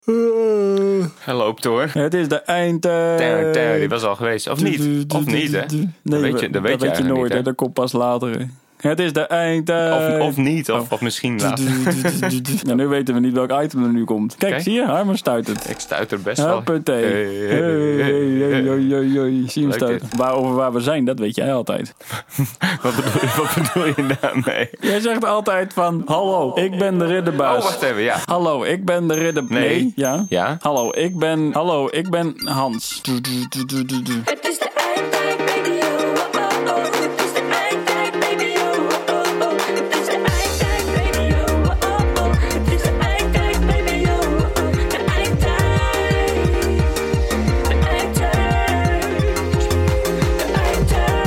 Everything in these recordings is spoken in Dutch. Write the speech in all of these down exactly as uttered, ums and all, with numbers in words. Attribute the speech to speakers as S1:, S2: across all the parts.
S1: Hij loopt hoor.
S2: Het is de eindtijd.
S1: Uh, die was al geweest. Of niet? Of niet, hè?
S2: Nee,
S1: dat weet je, dat weet
S2: dat
S1: je,
S2: weet je nooit,
S1: niet,
S2: hè? Dat komt pas later. Hè? Het is de eindtijd.
S1: Of, of niet, of,
S2: oh.
S1: of misschien later.
S2: Ja, nu weten we niet welk item er nu komt. Kijk, Kijk. zie je? Harmen stuitert.
S1: Ik stuiter best wel.
S2: Hoppatee. Hey, hey, hey, hey, hey, hey. Zie hem stuiten. Waar, over waar we zijn, dat weet jij altijd.
S1: wat, bedoel je, wat bedoel je daarmee?
S2: Jij zegt altijd van, hallo, ik ben de ridderbaas.
S1: Oh, wacht even, ja.
S2: Hallo, ik ben de ridder...
S1: Nee.
S2: nee. Ja?
S1: Ja?
S2: Hallo, ik ben... Hallo, ik ben Hans.
S3: Het is de eindtijd, baby, oh, oh, oh. Het is de eindtijd, baby, oh, oh, oh. Het is de eindtijd, baby, oh, oh, oh. Het is de eindtijd, baby, oh, oh. De eindtijd. De eindtijd. De eindtijd.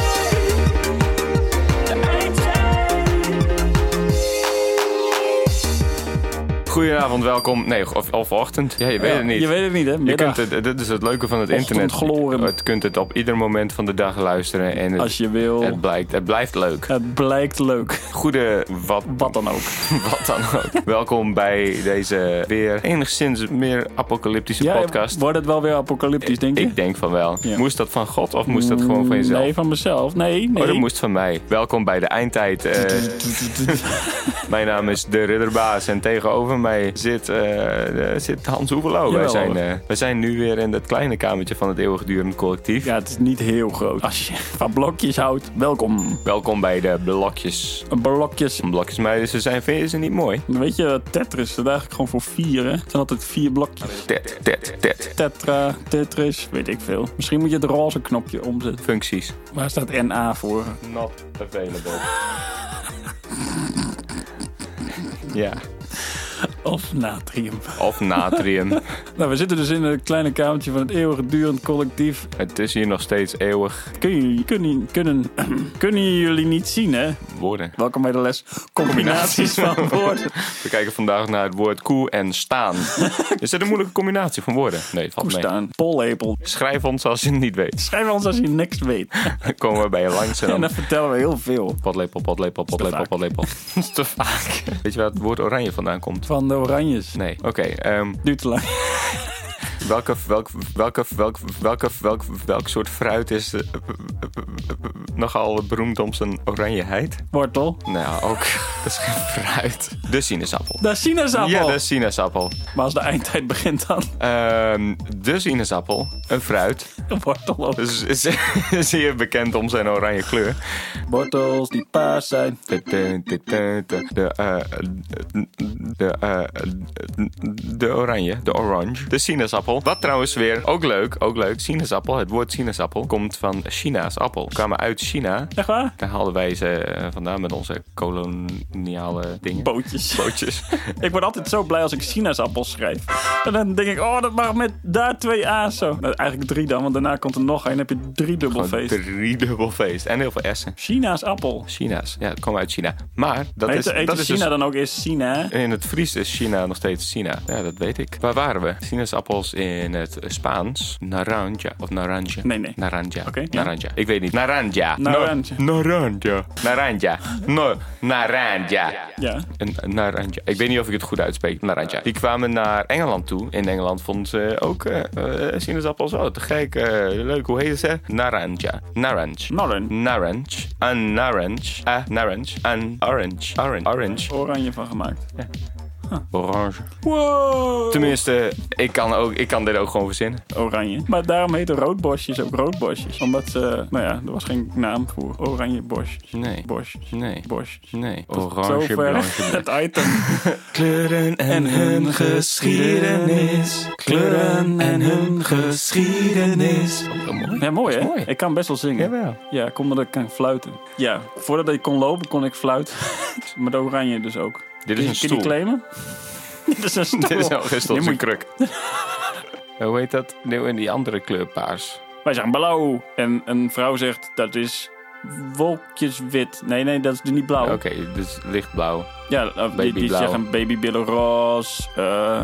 S3: De eindtijd.
S1: Goedenavond, welkom. Nee, of, of ochtend. Ja, je weet
S2: ja,
S1: het niet.
S2: Je weet het niet, hè? Middag.
S1: Je kunt het, dit is het leuke van het internet.
S2: Gloren.
S1: Je kunt het op ieder moment van de dag luisteren. En het,
S2: als je wil.
S1: Het, blijkt, het blijft leuk.
S2: Het blijkt leuk.
S1: Goede... Wat,
S2: wat dan ook.
S1: Wat dan ook. Welkom bij deze weer enigszins meer apocalyptische
S2: ja,
S1: podcast.
S2: Wordt het wel weer apocalyptisch, denk je?
S1: Ik denk van wel.
S2: Ja.
S1: Moest dat van God of moest dat gewoon van jezelf?
S2: Nee, van mezelf. Nee, nee.
S1: Oh, dat moest van mij. Welkom bij de eindtijd. Uh, mijn naam is de Ridderbaas en tegenover mij zit, uh, uh, zit Hans Oevelo. Wij zijn, uh, wij zijn nu weer in het kleine kamertje van het eeuwigdurend collectief.
S2: Ja, het is niet heel groot. Als je van blokjes houdt, welkom.
S1: Welkom bij de blokjes.
S2: Blokjes.
S1: Blokjes, maar ze zijn, vind je ze niet mooi?
S2: Weet je, Tetris, dat is eigenlijk gewoon voor vier, hè? Het zijn altijd vier blokjes.
S1: Tet, tet, tet.
S2: Tetra, Tetris, weet ik veel. Misschien moet je het roze knopje omzetten.
S1: Functies.
S2: Waar staat N A voor?
S1: Not available. Ja.
S2: Of natrium.
S1: Of natrium.
S2: Nou, we zitten dus in het kleine kamertje van het eeuwigdurend collectief.
S1: Het is hier nog steeds eeuwig.
S2: Kun je, kunnen, kunnen, kunnen jullie niet zien, hè?
S1: Woorden.
S2: Welkom bij de les combinaties van woorden.
S1: We kijken vandaag naar het woord koe en staan. Is dat een moeilijke combinatie van woorden? Nee, het valt mee.
S2: Staan, pollepel.
S1: Schrijf ons als je het niet weet.
S2: Schrijf ons als je niks weet.
S1: Dan komen we bij je langs en dan...
S2: En dan vertellen we heel veel.
S1: Potlepel, potlepel, potlepel, potlepel. Dat is te vaak. Weet je waar het woord oranje vandaan komt?
S2: Van de oranjes.
S1: Nee, oké. Okay, um...
S2: Duurt te lang.
S1: Welke, welk, welke, welk, welke, welk, welk soort fruit is uh, uh, uh, uh, nogal beroemd om zijn oranjeheid?
S2: Wortel.
S1: Nou, ook. Dat is geen fruit. De sinaasappel.
S2: De sinaasappel.
S1: Ja, de sinaasappel.
S2: Maar als de eindtijd begint dan?
S1: Um, de sinaasappel. Een fruit.
S2: Een wortel ook.
S1: Dus is zeer bekend om zijn oranje kleur.
S2: Wortels die paars zijn.
S1: De, de, de, de, de, uh, de, uh, de oranje. De orange. De sinaasappel. Wat trouwens weer, ook leuk, ook leuk, sinaasappel. Het woord sinaasappel komt van China's appel. We kwamen uit China.
S2: Echt waar?
S1: Daar haalden wij ze vandaan met onze koloniale dingen.
S2: Bootjes.
S1: Bootjes.
S2: Ik word altijd zo blij als ik sinaasappels schrijf. En dan denk ik, oh, dat mag met daar twee A's zo. Nou, eigenlijk drie dan, want daarna komt er nog een. Dan heb je drie dubbel feest.
S1: Drie dubbel feest. En heel veel S'en.
S2: China's appel.
S1: China's. Ja, dat komen uit China. Maar dat
S2: heet,
S1: is...
S2: Heet
S1: dat is
S2: China
S1: dus,
S2: dan ook eens China?
S1: In het Fries is China nog steeds China. Ja, dat weet ik. Waar waren we? Sinaasappels in het Spaans. Naranja. Of naranja.
S2: Nee, nee.
S1: Naranja.
S2: Oké. Okay,
S1: naranja. Ja. Ik weet niet. Naranja.
S2: Naranja.
S1: No, naranja. Naranja. No, naranja.
S2: Ja.
S1: Een, een naranja. Ik weet niet of ik het goed uitspreek. Naranja. Die kwamen naar Engeland toe. In Engeland vonden ze ook uh, uh, sinaasappels. Oh, te gek. Uh, leuk. Hoe heet ze? Naranja. Naranj.
S2: Naranj.
S1: Naranj. Een naranj. A naranj. Een orange. Orange. Orange.
S2: Oranje van gemaakt.
S1: Ja. Huh. Orange.
S2: Wow.
S1: Tenminste, ik kan, ook, ik kan dit ook gewoon verzinnen.
S2: Oranje. Maar daarom heten roodbosjes ook roodbosjes. Omdat ze, nou ja, er was geen naam voor oranje bosjes.
S1: Nee.
S2: Bosjes.
S1: Nee.
S2: Bosjes.
S1: Nee.
S2: Tot
S1: Oranje,
S2: zover
S1: blanche,
S2: het item.
S1: Kleuren en hun geschiedenis. Kleuren en hun geschiedenis. Oh, mooi.
S2: Ja, mooi hè?
S1: Mooi.
S2: Ik kan best wel zingen.
S1: Jawel.
S2: Ja, kom dat ik kan fluiten. Ja, voordat ik kon lopen kon ik fluiten. Met oranje dus ook.
S1: Dit is een
S2: Kun
S1: stoel.
S2: je die claimen? Dit is een stoel.
S1: Dit is al geen stoel,
S2: Die
S1: het is een
S2: moet-
S1: kruk. Hoe heet dat? Nee, in die andere kleur paars.
S2: Wij zeggen blauw. En een vrouw zegt dat is wolkjeswit. Nee, nee, dat is dus niet blauw.
S1: Oké, okay, dus lichtblauw.
S2: Ja, uh, die, die
S1: Babyblauw.
S2: zeggen babybillen roze. Uh,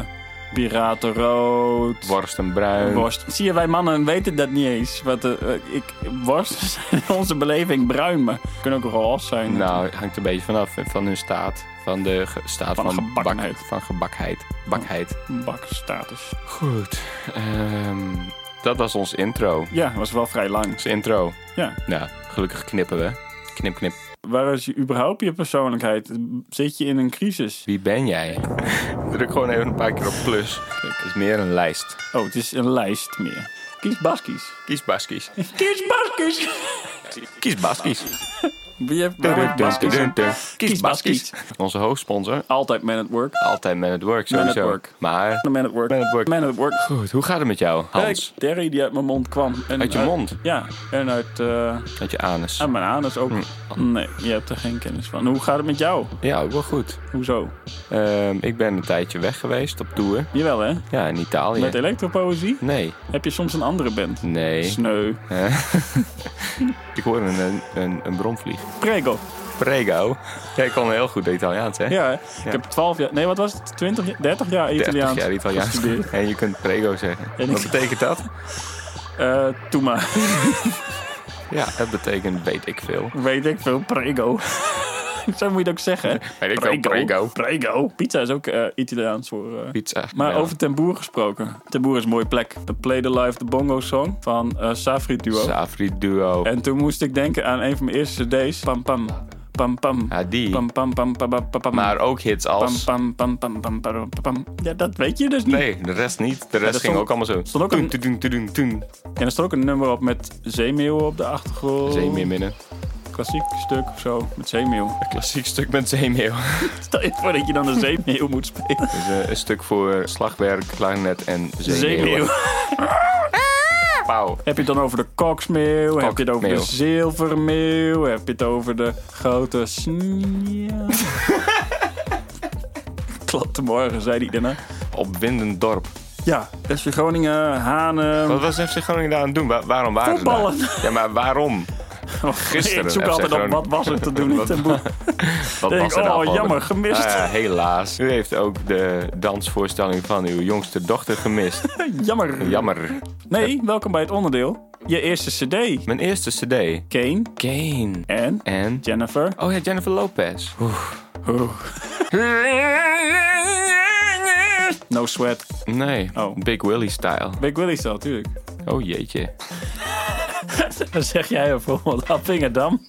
S2: Piratenrood.
S1: Worst en bruin.
S2: Worst. Zie je, wij mannen weten dat niet eens. Wat, uh, ik, worst zijn in onze beleving bruin, maar kunnen ook roze zijn.
S1: Nou, het hangt een beetje vanaf van hun staat. Van de ge- staat
S2: Van
S1: van,
S2: gebakkenheid.
S1: bak, van gebakheid. Bakheid.
S2: Bakstatus.
S1: Goed. Ehm, dat was ons intro.
S2: Ja, was wel vrij lang.
S1: Ons intro.
S2: Ja.
S1: Nou, gelukkig knippen we. Knip, knip.
S2: Waar is je überhaupt je persoonlijkheid? Zit je in een crisis?
S1: Wie ben jij? Druk gewoon even een paar keer op plus. Kijk, het is meer een lijst.
S2: Oh, het is een lijst meer. Kies Baskies.
S1: Kies Baskies.
S2: Kies Baskies.
S1: Kies Baskies.
S2: Wie heeft Baskies?
S1: Kies Baskies. Onze hoofdsponsor.
S2: Altijd Man at Work.
S1: Altijd Man at Work,
S2: Man at
S1: sowieso.
S2: Work.
S1: Maar,
S2: Man at Work.
S1: Man at Work.
S2: Man at Work.
S1: Goed, hoe gaat het met jou, Hans?
S2: Kijk, Terry die uit mijn mond kwam. En
S1: Uit je mond?
S2: Ja, en uit, uh,
S1: Uit je anus.
S2: uit mijn anus ook. Nee, je hebt er geen kennis van. Hoe gaat het met jou?
S1: Ja, ook wel goed.
S2: Hoezo?
S1: Ehm, ik ben een tijdje weg geweest op tour.
S2: Jawel, hè?
S1: Ja, in Italië.
S2: Met elektropoëzie?
S1: Nee.
S2: Heb je soms een andere band?
S1: Nee.
S2: Sneu.
S1: Ik hoor een, een, een, een bromvlieg.
S2: Prego.
S1: Prego. Jij kon heel goed Italiaans, hè?
S2: Ja, hè? Ik heb twaalf jaar... Nee, wat was het? twintig, jaar- dertig jaar Italiaans.
S1: dertig jaar Italiaans.
S2: gestudeerd.
S1: En je kunt prego zeggen.
S2: En
S1: Wat
S2: ik-
S1: betekent dat?
S2: Eh, doe maar.
S1: Ja, dat betekent weet ik veel.
S2: Weet ik veel. Prego. Zo moet je het ook zeggen. hè?
S1: Weet ik veel, prego.
S2: Prego. Pizza is ook eh, Italiaans voor... eh,
S1: Pizza.
S2: Maar
S1: Ja.
S2: over Ten Boer gesproken. Ten Boer is een mooie plek. De Play the Life, de bongo song van uh, Safri Duo.
S1: Safri Duo.
S2: En toen moest ik denken aan een van mijn eerste cd's. Pam pam. Pam pam.
S1: Ja, die.
S2: Pam pam pam pam pam pam.
S1: Maar ook hits
S2: Pam
S1: als...
S2: pam pam pam pam pam pam. Ja, dat weet je dus niet.
S1: Nee, de rest niet. De rest
S2: er
S1: ging
S2: stond-
S1: ook allemaal zo.
S2: stond ook een-
S1: Toen, toen, toen, toen, toen.
S2: En er stond ook een nummer op met zeemeeuwen op de achtergrond.
S1: Zeemeerminnen.
S2: Klassiek stuk of zo, met zeemeeuw.
S1: Een klassiek stuk met zeemeeuw.
S2: Stel je voor dat je dan een zeemeeuw moet spelen.
S1: Dus uh, een stuk voor slagwerk, klarinet en zeemeeuw.
S2: Zeemeeuw.
S1: Pauw.
S2: Heb je het dan over de koksmeeuw? Heb je het over de
S1: Kokmeeuw.
S2: zilvermeeuw? Heb je het over de grote sneeuw? Klopt, morgen zei die daarna.
S1: Opwindend dorp.
S2: Ja, F C Groningen, Hanen.
S1: Wat was F C Groningen daar aan het doen? Waar- waarom waren
S2: Voetballen.
S1: ze daar? Ja, maar waarom? Gisteren.
S2: Ik zoek
S1: F C
S2: altijd op
S1: Groningen.
S2: wat was er te doen in Ten Boer.
S1: Wat
S2: Denk,
S1: was er
S2: oh,
S1: afgelopen?
S2: jammer, gemist.
S1: Ah, ja, helaas. U heeft ook de dansvoorstelling van uw jongste dochter gemist.
S2: Jammer.
S1: Jammer.
S2: Nee, welkom bij het onderdeel. Je eerste cd.
S1: Mijn eerste cd.
S2: Kane
S1: Kane.
S2: en
S1: En?
S2: Jennifer.
S1: Oh ja, Jennifer Lopez. Oeh.
S2: Oeh. No sweat.
S1: Nee,
S2: Oh.
S1: Big Willie style.
S2: Big Willie stel, natuurlijk.
S1: Oh jeetje.
S2: Dan zeg jij bijvoorbeeld Appingedam.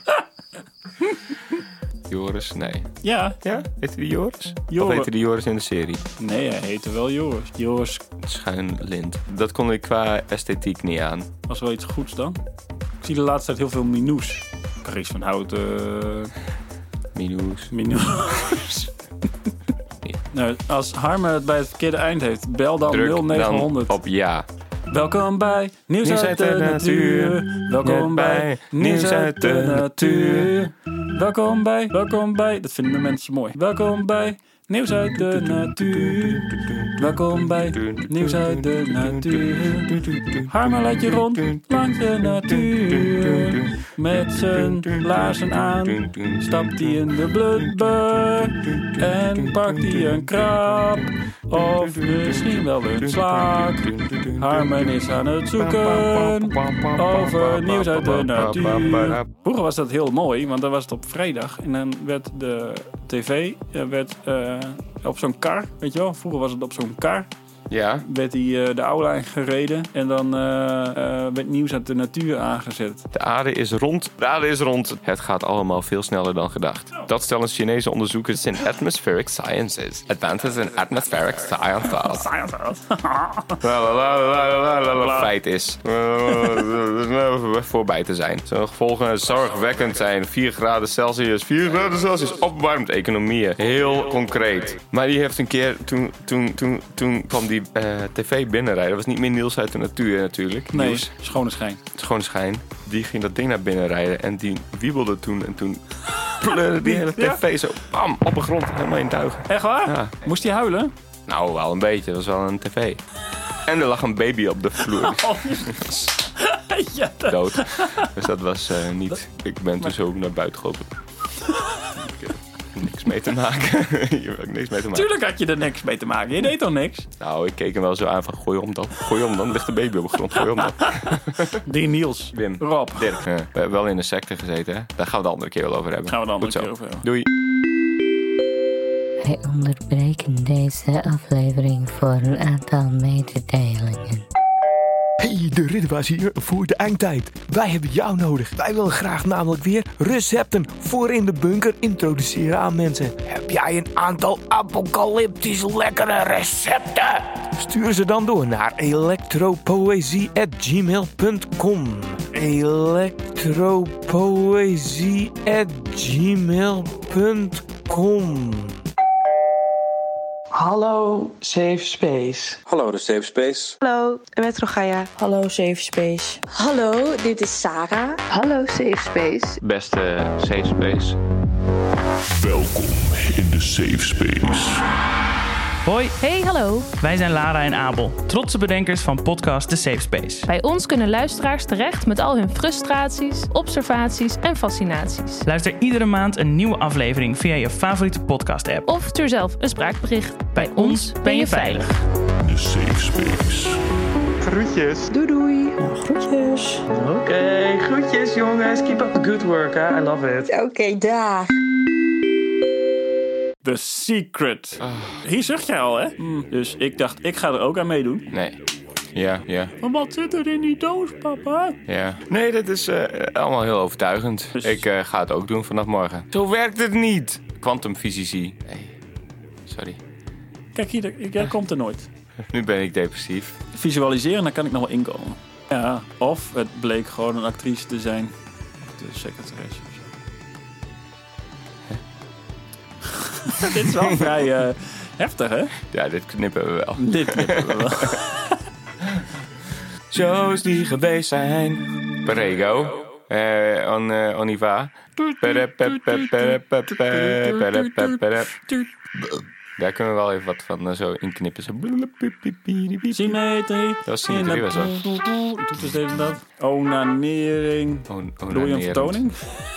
S1: Joris, nee.
S2: Ja.
S1: Ja? Heet hij die Joris?
S2: Joris.
S1: Of heet hij die Joris in de serie?
S2: Nee, hij heette wel Joris. Joris
S1: Schuin lint. Dat kon ik qua esthetiek niet aan.
S2: was wel iets goeds dan. Ik zie de laatste tijd heel veel Minoes. Chris van Houten.
S1: Minoes.
S2: Minoes. Nou, als Harmen het bij het verkeerde eind heeft, bel dan
S1: Druk
S2: nul negen honderd.
S1: dan op ja.
S2: Welkom bij Nieuws uit de natuur. Welkom bij Nieuws uit de natuur. Welkom bij, welkom bij, dat vinden de mensen mooi. Welkom bij Nieuws uit de natuur. Welkom bij Nieuws uit de natuur. Harmen laat je rond langs de natuur. Met zijn laarzen aan stapt hij in de blubber. En pakt hij een krab. Of misschien wel een slaak. Harmen is aan het zoeken over nieuws uit de natuur. Vroeger was dat heel mooi, want dan was het op vrijdag. En dan werd de tv eh, werd, uh, op zo'n kar, weet je wel. Vroeger was het op zo'n kar.
S1: Ja.
S2: Werd hij uh, de aula ingereden. En dan uh, uh, werd nieuws uit de natuur aangezet.
S1: De aarde is rond. De aarde is rond. Het gaat allemaal veel sneller dan gedacht. Dat stellen Chinese onderzoekers in Atmospheric Sciences. Advances in Atmospheric Sciences. Feit is. Voorbij te zijn. Zijn gevolgen zorgwekkend zijn. vier graden Celsius. vier graden Celsius opwarmt economieën. Heel concreet. Maar die heeft een keer, toen, toen, toen, toen kwam die uh, tv binnenrijden. Dat was niet meer Niels uit de natuur natuurlijk.
S2: Nee,
S1: Niels,
S2: schone schijn.
S1: schone schijn. Die ging dat ding naar binnen rijden. En die wiebelde toen. En toen pleurde die hele tv zo bam, op de grond. Helemaal in duigen.
S2: Echt waar?
S1: Ja.
S2: Moest hij huilen?
S1: Nou, wel een beetje. Dat was wel een tv. En er lag een baby op de vloer.
S2: Oh. Ja, dat...
S1: Dood. Dus dat was uh, niet... Ik ben toen zo naar buiten gelopen. Niks mee te maken. Hier wil ik niks mee te maken.
S2: Tuurlijk had je er niks mee te maken. Je deed toch niks?
S1: Nou, ik keek hem wel zo aan van gooi om dan. Gooi om dan. Ligt de baby op de grond. Gooi om dan.
S2: Die Niels.
S1: Wim.
S2: Rob.
S1: Dirk. Ja, we hebben wel in een secte gezeten, hè? Daar gaan we de andere keer wel over hebben.
S2: Gaan we de andere
S1: Goed
S2: keer
S1: zo.
S2: over hebben.
S1: Doei.
S4: Wij onderbreken deze aflevering voor een aantal mededelingen.
S5: Hey, de Ridderbaas hier voor de eindtijd. Wij hebben jou nodig. Wij willen graag namelijk weer recepten voor in de bunker introduceren aan mensen. Heb jij een aantal apocalyptisch lekkere recepten? Stuur ze dan door naar electropoëzie at gmail punt com. electropoëzie at gmail punt com.
S6: Hallo Safe Space.
S7: Hallo de Safe Space.
S8: Hallo, Metro Gaia.
S9: Hallo Safe Space.
S8: Hallo, dit is Sarah.
S9: Hallo Safe Space.
S1: Beste Safe Space.
S10: Welkom in de Safe Space.
S11: Hoi.
S12: Hey, hallo.
S11: Wij zijn Lara en Abel, trotse bedenkers van podcast The Safe Space.
S12: Bij ons kunnen luisteraars terecht met al hun frustraties, observaties en fascinaties.
S11: Luister iedere maand een nieuwe aflevering via je favoriete podcast-app.
S12: Of stuur zelf een spraakbericht.
S11: Bij ons ben je veilig.
S10: De Safe Space.
S6: Groetjes.
S9: Doei doei. Nou, groetjes.
S6: Oké, okay, groetjes jongens. Keep up the good work, hè. I love it.
S8: Oké, okay, dag.
S2: The Secret. Oh. Hier zucht jij al, hè? Mm. Dus ik dacht, ik ga er ook aan meedoen.
S1: Nee. Ja, ja.
S2: Maar wat zit er in die doos, papa?
S1: Ja. Nee, dat is uh, allemaal heel overtuigend. Dus... Ik uh, ga het ook doen vanaf morgen. Zo werkt het niet. Quantumfysici. Nee. Sorry.
S2: Kijk, hier, jij komt er nooit.
S1: Nu ben ik depressief.
S2: Visualiseren, dan kan ik nog wel inkomen. Ja, of het bleek gewoon een actrice te zijn. Of de secretaresse. Dit is wel vrij uh, heftig, hè?
S1: Ja, dit knippen we wel.
S2: Dit knippen we wel.
S1: Shows die geweest zijn. Perego. Eh, on, uh, Oniva. Daar kunnen we wel even wat van uh, zo inknippen. Zo.
S2: Symmetrie.
S1: Dat was symmetrie, was dat.
S2: Doet dus deze dat. Onanering.
S1: On,
S2: Doe je een vertoning?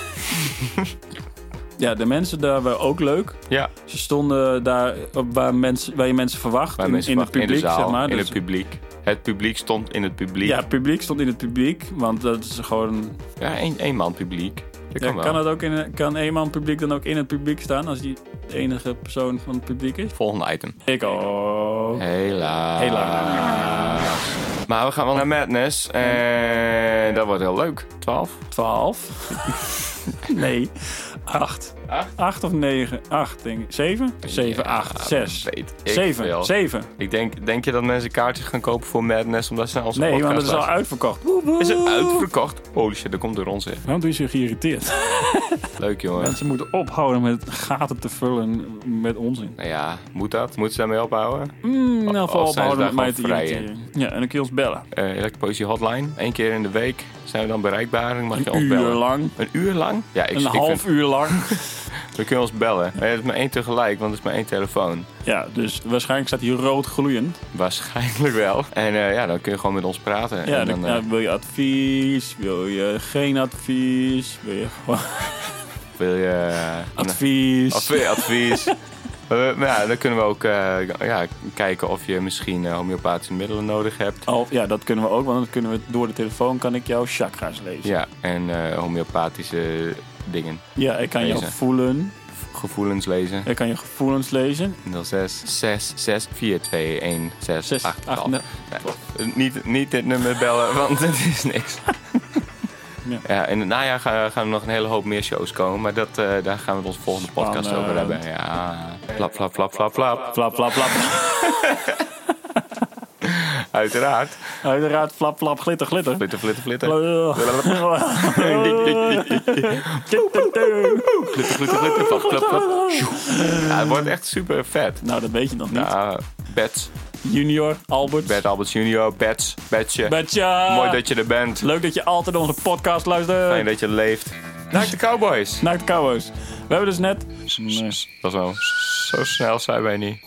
S2: Ja, de mensen daar waren ook leuk.
S1: Ja.
S2: Ze stonden daar waar, mensen, waar je mensen verwacht.
S1: Waar
S2: in,
S1: mensen
S2: in
S1: verwacht,
S2: het publiek,
S1: in de zaal,
S2: zeg maar.
S1: in
S2: Dus,
S1: het publiek. Het publiek stond in het publiek.
S2: Ja, het publiek stond in het publiek. Want dat is gewoon...
S1: Ja, één, één man publiek. Dat
S2: ja,
S1: kan wel.
S2: Kan, het ook in, kan één man publiek dan ook in het publiek staan? Als die de enige persoon van het publiek is?
S1: Volgende item.
S2: Ik ook.
S1: Helaas.
S2: Helaas.
S1: Maar we gaan wel naar Madness. En dat wordt heel leuk. Twaalf?
S2: Twaalf? Nee. Acht.
S1: Acht?
S2: Acht of negen? Acht, denk ik. Zeven? Zeven,
S1: Ja,
S2: acht, zes.
S1: Weet ik
S2: Zeven.
S1: veel.
S2: Zeven.
S1: Ik denk, denk je dat mensen kaartjes gaan kopen voor Madness omdat ze naar onze
S2: Nee,
S1: podcast
S2: want het is al
S1: luisteren?
S2: uitverkocht.
S1: Is het uitverkocht? Holy shit, daar komt er rond zeg.
S2: Waarom doe je zo geïrriteerd?
S1: Leuk jongen.
S2: Mensen moeten ophouden met gaten te vullen met onzin.
S1: Nou ja, moet dat? Moeten ze daarmee ophouden?
S2: Mm, nou, vooral
S1: Of zijn ze
S2: ophouden
S1: daar
S2: met mij te
S1: gewoon vrij
S2: irriteren. Ja, en dan kun je ons bellen.
S1: Uh, Elektropoëzie hotline. Eén keer in de week zijn we dan bereikbaar. Dan mag je
S2: Een
S1: ons
S2: uur
S1: bellen.
S2: lang.
S1: Een uur lang? Ja, ik,
S2: Een
S1: ik
S2: half
S1: vind,
S2: uur lang.
S1: we kunnen ons bellen. Maar het is maar één tegelijk, want het is maar één telefoon.
S2: Ja, dus waarschijnlijk staat hier rood gloeiend.
S1: Waarschijnlijk wel. En uh, ja, dan kun je gewoon met ons praten.
S2: Ja,
S1: en
S2: dan,
S1: dan, uh,
S2: ja, wil je advies? Wil je geen advies? Wil je gewoon...
S1: wil je... Uh,
S2: advies.
S1: Advies. advies. Maar ja, dan kunnen we ook uh, ja, kijken of je misschien uh, homeopathische middelen nodig hebt.
S2: Oh, ja, dat kunnen we ook, want dan kunnen we door de telefoon kan ik jouw chakra's lezen.
S1: Ja, en uh, homeopathische dingen.
S2: Ja, ik kan
S1: lezen.
S2: jou voelen.
S1: Gevoelens lezen.
S2: Ik kan je gevoelens lezen.
S1: nul zes zes zes vier twee een zes acht acht. Nee, niet, niet dit nummer bellen, want het is niks. Ja. Ja, in het najaar gaan, gaan er nog een hele hoop meer shows komen. Maar dat, uh, daar gaan we het onze volgende podcast Spannend. over hebben. Ja. Flap, flap, flap, flap, flap.
S2: Flap, flap, flap.
S1: Uiteraard.
S2: Uiteraard, flap, flap, glitter, glitter.
S1: Glitter, glitter, glitter. Glitter, glitter, glitter. Flap, flap, flap. Ja, het wordt echt super vet.
S2: Nou, dat weet je nog niet.
S1: Nou, Bets.
S2: Junior, Albert.
S1: Bert Albert Junior, Bets, Betje.
S2: Betje.
S1: Mooi dat je er bent.
S2: Leuk dat je altijd onze podcast luistert.
S1: Fijn dat je leeft. Naar de Cowboys.
S2: Naar de Cowboys. We hebben dus net... Nee.
S1: Dat is wel... Zo snel zijn wij niet.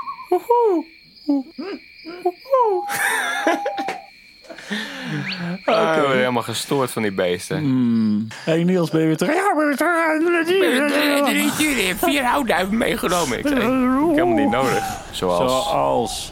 S1: Ah, gestoord van die beesten.
S2: Mm. Hey Niels, ben je weer terug? Ja, ben je
S1: Ik heb vier houtduiven meegenomen. Ik zei, ik heb helemaal niet nodig. Zoals...
S2: Zoals...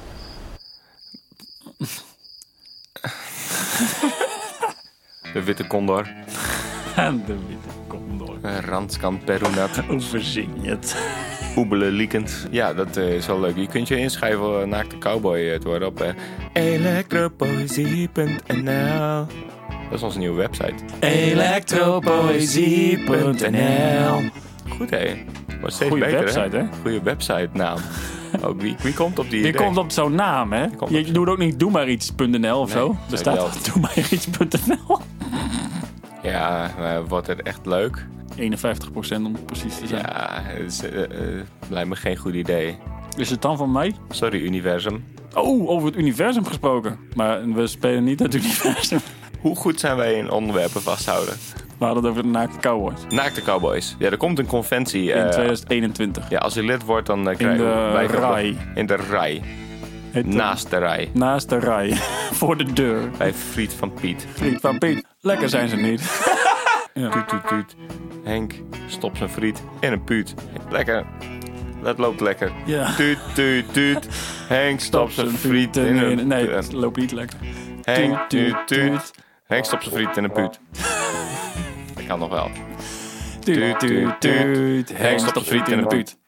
S1: De witte condor.
S2: En de witte condor.
S1: Ranskant perunat.
S2: Hoe verzin je het?
S1: Oebelen liekend. Ja, dat uh, is wel leuk. Je kunt je inschrijven uh, naakte cowboy uh, te worden op uh, elektropoëzie punt n l. Dat is onze nieuwe website.
S2: elektropoëzie punt n l.
S1: Goed, hé. Wordt steeds
S2: Goeie
S1: beter,
S2: website, hè?
S1: Goeie website naam. Ook wie, wie komt op die
S2: Wie
S1: idee?
S2: komt op zo'n naam, hè? Je
S1: zo.
S2: doet ook niet doe maar iets punt n l of
S1: Nee,
S2: zo. Er staat
S1: wel.
S2: doe maar iets punt n l.
S1: Ja, maar wordt het echt leuk?
S2: eenenvijftig procent om precies te zijn.
S1: Ja, het is, uh, uh, lijkt me geen goed idee.
S2: Is het dan van mij?
S1: Sorry, universum.
S2: Oh, over het universum gesproken. Maar we spelen niet het universum.
S1: Hoe goed zijn wij in onderwerpen vasthouden?
S2: We hadden het over de naakte cowboys.
S1: Naakte cowboys. Ja, er komt een conventie.
S2: In
S1: uh,
S2: tweedacht eenentwintig.
S1: Ja, als je lid wordt, dan uh, krijg je...
S2: de
S1: wij-
S2: rij.
S1: In de rij.
S2: Het, uh,
S1: Naast de rij.
S2: Naast de rij. Voor de deur.
S1: Bij Friet van Piet.
S2: Friet van Piet. Lekker zijn ze niet. Ja.
S1: Tuut, tuut, tuut. Henk stopt zijn friet in een puut. Lekker. Dat loopt lekker.
S2: Ja.
S1: Tuut, tuut, tuut. Henk stopt zijn friet in een...
S2: Nee, het loopt niet lekker.
S1: Henk, tuut, tuut. Henk stopt zijn friet in een puut. Dat kan nog wel.
S2: Tuut, tuut, tuut.
S1: Henk stopt zijn friet in een puut.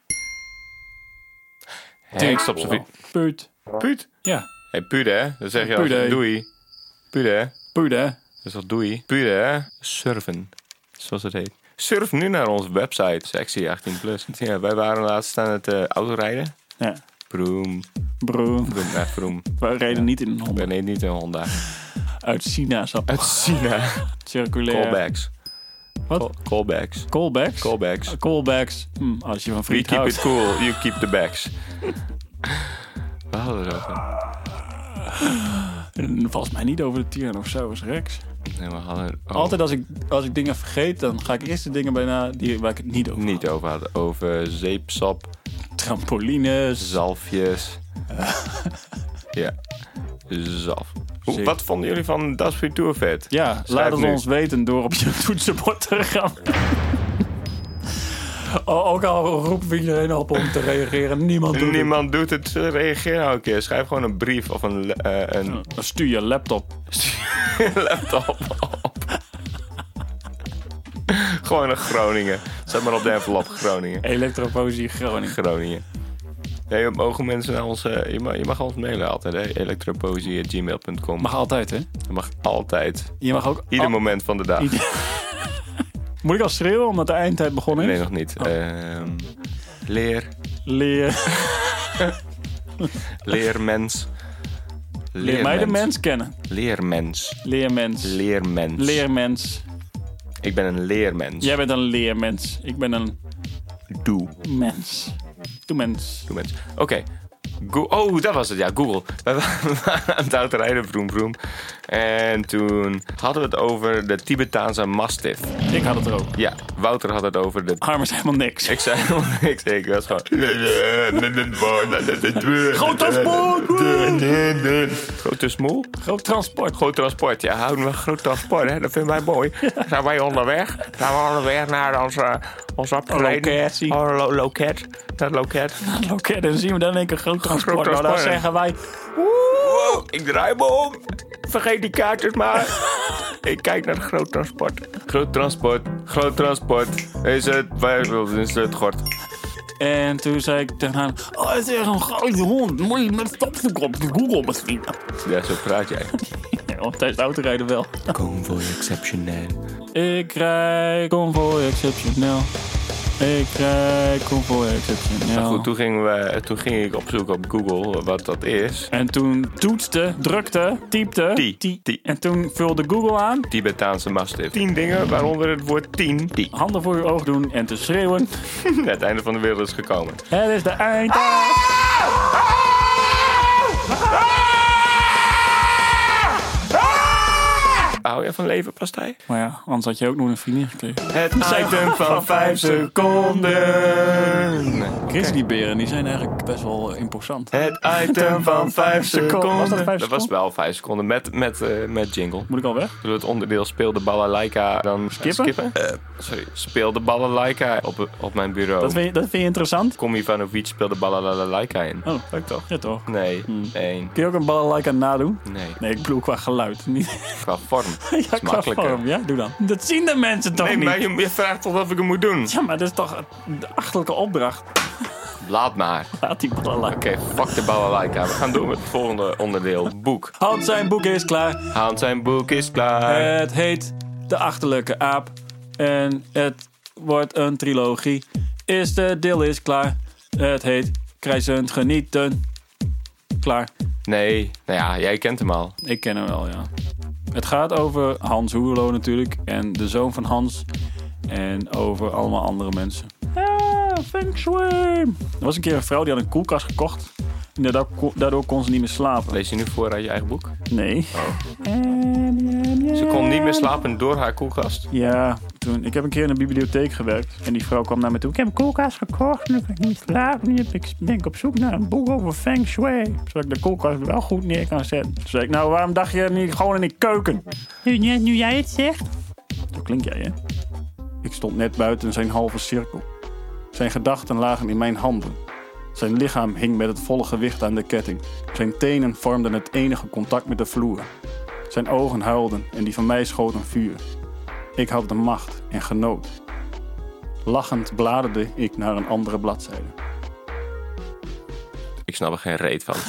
S1: Henk stopt zijn friet.
S2: Puut.
S1: Puut?
S2: Ja.
S1: Hé, pude, hè? Dan zeg je
S2: Pude.
S1: als doei. Pude, hè?
S2: Puut, hè?
S1: Dat is al doei. Pude, hè? Surfen. Zoals het heet. Surf nu naar onze website. Sexy achttien plus. Ja, wij waren laatst aan het uh, autorijden.
S2: Ja.
S1: Broem.
S2: Broem.
S1: Broem, ja, broem.
S2: We reden niet in een Honda.
S1: Nee, niet in een Honda.
S2: Uit China, sap.
S1: Uit China.
S2: Circulair.
S1: Callbacks.
S2: Wat?
S1: Call, callbacks.
S2: Callbacks?
S1: Callbacks.
S2: Uh, callbacks. Hm, als je van
S1: We
S2: friet
S1: keep
S2: houdt.
S1: it cool. You keep the bags. We hadden het over.
S2: En volgens mij niet over de Tyrannosaurus Rex.
S1: Nee, we hadden het over.
S2: Altijd als ik, als ik dingen vergeet, dan ga ik eerst de dingen bijna die, waar ik het niet over
S1: Niet over hadden. Over zeepsap.
S2: Trampolines.
S1: Zalfjes. ja. Zalf. Hoe,
S2: Zeep.
S1: wat vonden jullie van Das Tour vet?
S2: Ja,
S1: Schrijf
S2: laat het
S1: nu.
S2: ons weten door op je toetsenbord te gaan. O- Ook al roepen we iedereen op om te reageren. Niemand doet
S1: Niemand doet het. Reageer nou een keer. Schrijf gewoon een brief of een, uh, een
S2: het. Dan stuur je laptop.
S1: laptop op. Gewoon naar Groningen. Zet maar op de envelop Groningen.
S2: Elektropoëzie Groningen.
S1: Groningen. Nee, mogen mensen naar ons... Uh, je, mag, je mag ons mailen altijd, hè? elektropoëzie at gmail punt com.
S2: Mag altijd, hè?
S1: Je mag altijd.
S2: Je mag ook...
S1: Ieder
S2: al-
S1: moment van de dag.
S2: Ieder- Moet ik al schreeuwen omdat de eindtijd begonnen is?
S1: Nee, nog niet.
S2: Oh.
S1: Ehm, leer.
S2: Leer,
S1: Leermens.
S2: leer mij de mens kennen.
S1: Leermens.
S2: Leermens.
S1: Leermens.
S2: Leermens.
S1: Ik ben een leermens.
S2: Jij bent een leermens. Ik ben een
S1: Doe.
S2: mens. Doe mens.
S1: Doe mens. Oké. Okay. Go- oh, dat was het, ja, Google. We waren aan het autorijden, vroom, vroom. En toen hadden we het over de Tibetaanse mastiff.
S2: Ik had het er ook.
S1: Ja, Wouter had het over de...
S2: Harm is helemaal niks.
S1: Ik zei helemaal niks. Ik was gewoon...
S2: Groot transport!
S1: Grote smoel?
S2: Groot transport.
S1: Groot transport, ja. Houden we groot transport, hè? Dat vinden wij mooi. Zijn wij onderweg? Zijn we onderweg naar onze, onze optreden?
S2: Locatie.
S1: Oh, lo- loket. Naar loket.
S2: Oké, dan zien we dan in één keer groot transport.
S1: Groot
S2: Nou, dan
S1: transport.
S2: zeggen wij...
S1: Wow, ik draai me om. Vergeet die kaartjes maar. Ik kijk naar het groot transport. Groot transport, groot transport. Is het, waar is het gort?
S2: En toen zei ik tegen haar... Oh, het is echt een grote hond. Moet je met stopzoeken op de Google misschien?
S1: Ja, zo praat jij.
S2: Ja, want tijdens het autorijden wel.
S1: Convoy exceptioneel.
S2: Ik rijd Convoy exceptioneel. Ik rijd Convoy exceptioneel.
S1: Maar goed, toen, gingen we, toen ging ik opzoeken op Google wat dat is.
S2: En toen toetste, drukte, typte.
S1: Die,
S2: die.
S1: die.
S2: En toen vulde Google aan.
S1: Tibetaanse mastiff. Tien dingen, waaronder het woord tien. Die.
S2: Handen voor je oog doen en te schreeuwen.
S1: Het einde van de wereld is gekomen.
S2: Het is de eindtijd.
S1: Hou je van leverpastei?
S2: Maar ja, anders had je ook nog een vriendin gekregen.
S1: Het item van vijf seconden.
S2: Grizzlyberen, die zijn eigenlijk best wel imposant.
S1: Het item van vijf seconden.
S2: Was dat vijf
S1: Dat was wel vijf seconden met, met, uh, met jingle.
S2: Moet ik al weg?
S1: Door het onderdeel speelde balalaika dan
S2: skippen.
S1: skippen? Uh, sorry, speelde balalaika op, op mijn bureau.
S2: Dat vind je, dat vind je interessant?
S1: Kom Ivanovic speelde balalaika in.
S2: Oh, leuk toch? Ja toch?
S1: Nee,
S2: hmm.
S1: één.
S2: Kun je ook een balalaika nadoen?
S1: Nee.
S2: Nee, ik bedoel qua geluid. Niet.
S1: Qua vorm.
S2: Ja, qua vorm. Ja, doe dan. Dat zien de mensen toch
S1: nee,
S2: niet?
S1: Nee, maar je vraagt toch of ik hem moet doen?
S2: Ja, maar dat is toch de achterlijke opdracht.
S1: Laat maar.
S2: Laat die balalaika.
S1: Oké, okay, fuck de balalaika. We gaan door met het volgende onderdeel. Boek.
S2: Hans zijn boek is klaar.
S1: Hans zijn boek is klaar.
S2: Het heet De Achterlijke Aap. En het wordt een trilogie. Eerste deel is klaar. Het heet Krijzend Genieten. Klaar.
S1: Nee, nou ja, jij kent hem al.
S2: Ik ken hem wel, ja. Het gaat over Hans Hoerlo natuurlijk. En de zoon van Hans. En over allemaal andere mensen. Ja, feng shui. Er was een keer een vrouw die had een koelkast gekocht. En daardoor, daardoor kon ze niet meer slapen.
S1: Lees je nu voor uit je eigen boek?
S2: Nee.
S1: Oh. Ze kon niet meer slapen door haar koelkast?
S2: Ja, toen, ik heb een keer in een bibliotheek gewerkt. En die vrouw kwam naar me toe. Ik heb een koelkast gekocht en nu kan ik niet slapen. Nu ben ik op zoek naar een boek over feng shui. Zodat ik de koelkast wel goed neer kan zetten. Toen zei ik, nou waarom dacht je niet gewoon in de keuken? Nu, nu jij het zegt. Zo klink jij, hè? Ik stond net buiten zijn halve cirkel. Zijn gedachten lagen in mijn handen. Zijn lichaam hing met het volle gewicht aan de ketting. Zijn tenen vormden het enige contact met de vloer. Zijn ogen huilden en die van mij schoten vuur. Ik had de macht en genoot. Lachend bladerde ik naar een andere bladzijde.
S1: Ik snap er geen reet van.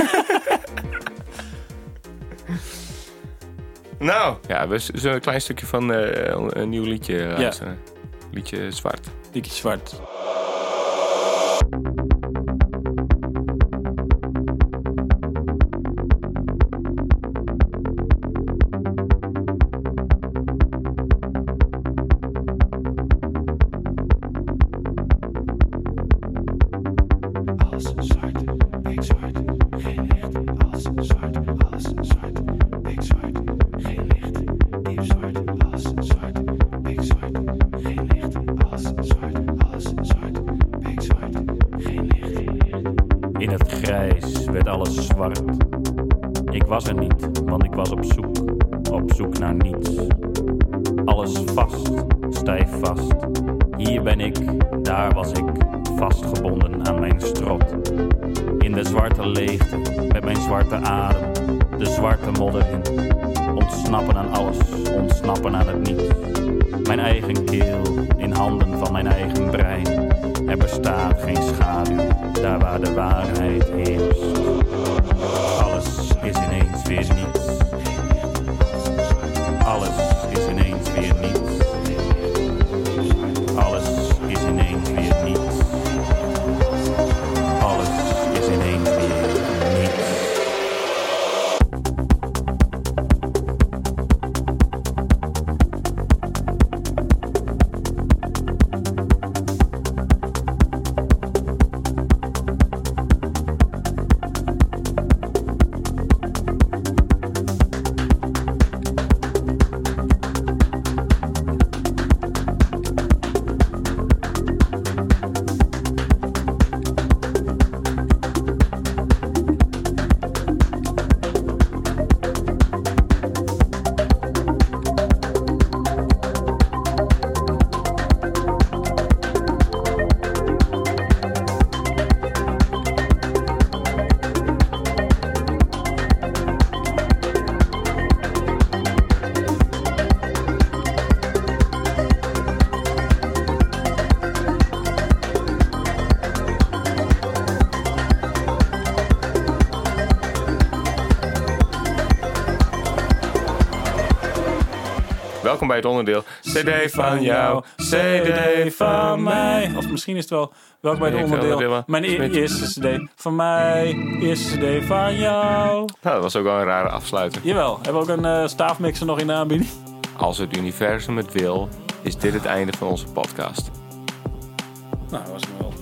S1: Nou, ja, we zullen een klein stukje van uh, een nieuw liedje luisteren. Ja. Liedje Zwart.
S2: Liedje Zwart.
S7: In het grijs werd alles zwart. Ik was er niet, want ik was op zoek, op zoek naar niets. Alles vast, stijf vast. Hier ben ik, daar was ik, vastgebonden aan mijn strot. In de zwarte leegte, met mijn zwarte adem, de zwarte modder in. Ontsnappen aan alles, ontsnappen aan het niets. Mijn eigen keel, in handen van mijn eigen brein. Er bestaat geen schaduw, daar waar de waarheid heerst. Alles is ineens weer niets. Alles is ineens weer niets. Alles is ineens weer niets. Alles is ineens weer niets.
S1: Welkom bij het onderdeel C D van jou, C D van mij.
S2: Of misschien is het wel welkom bij het onderdeel mijn e- eerste C D van mij, eerste C D van jou.
S1: Nou, dat was ook wel een rare afsluiter.
S2: Jawel, hebben we ook een uh, staafmixer nog in de aanbieding?
S1: Als het universum het wil, is dit het einde van onze podcast.
S2: Nou, dat was hem wel.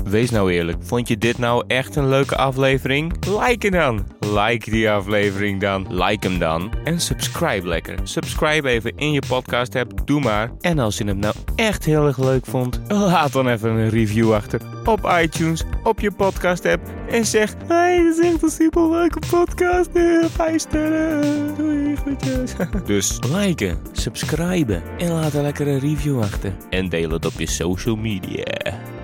S1: Wees nou eerlijk, vond je dit nou echt een leuke aflevering? Like hem dan. Like die aflevering dan. Like hem dan. En subscribe lekker. Subscribe even in je podcast app. Doe maar. En als je hem nou echt heel erg leuk vond, laat dan even een review achter op iTunes, op je podcast app. En zeg, hey, dit is echt een super leuke podcast. Vijf sterren. Doei, groetjes. Dus liken, subscriben en laat een lekkere review achter. En deel het op je social media.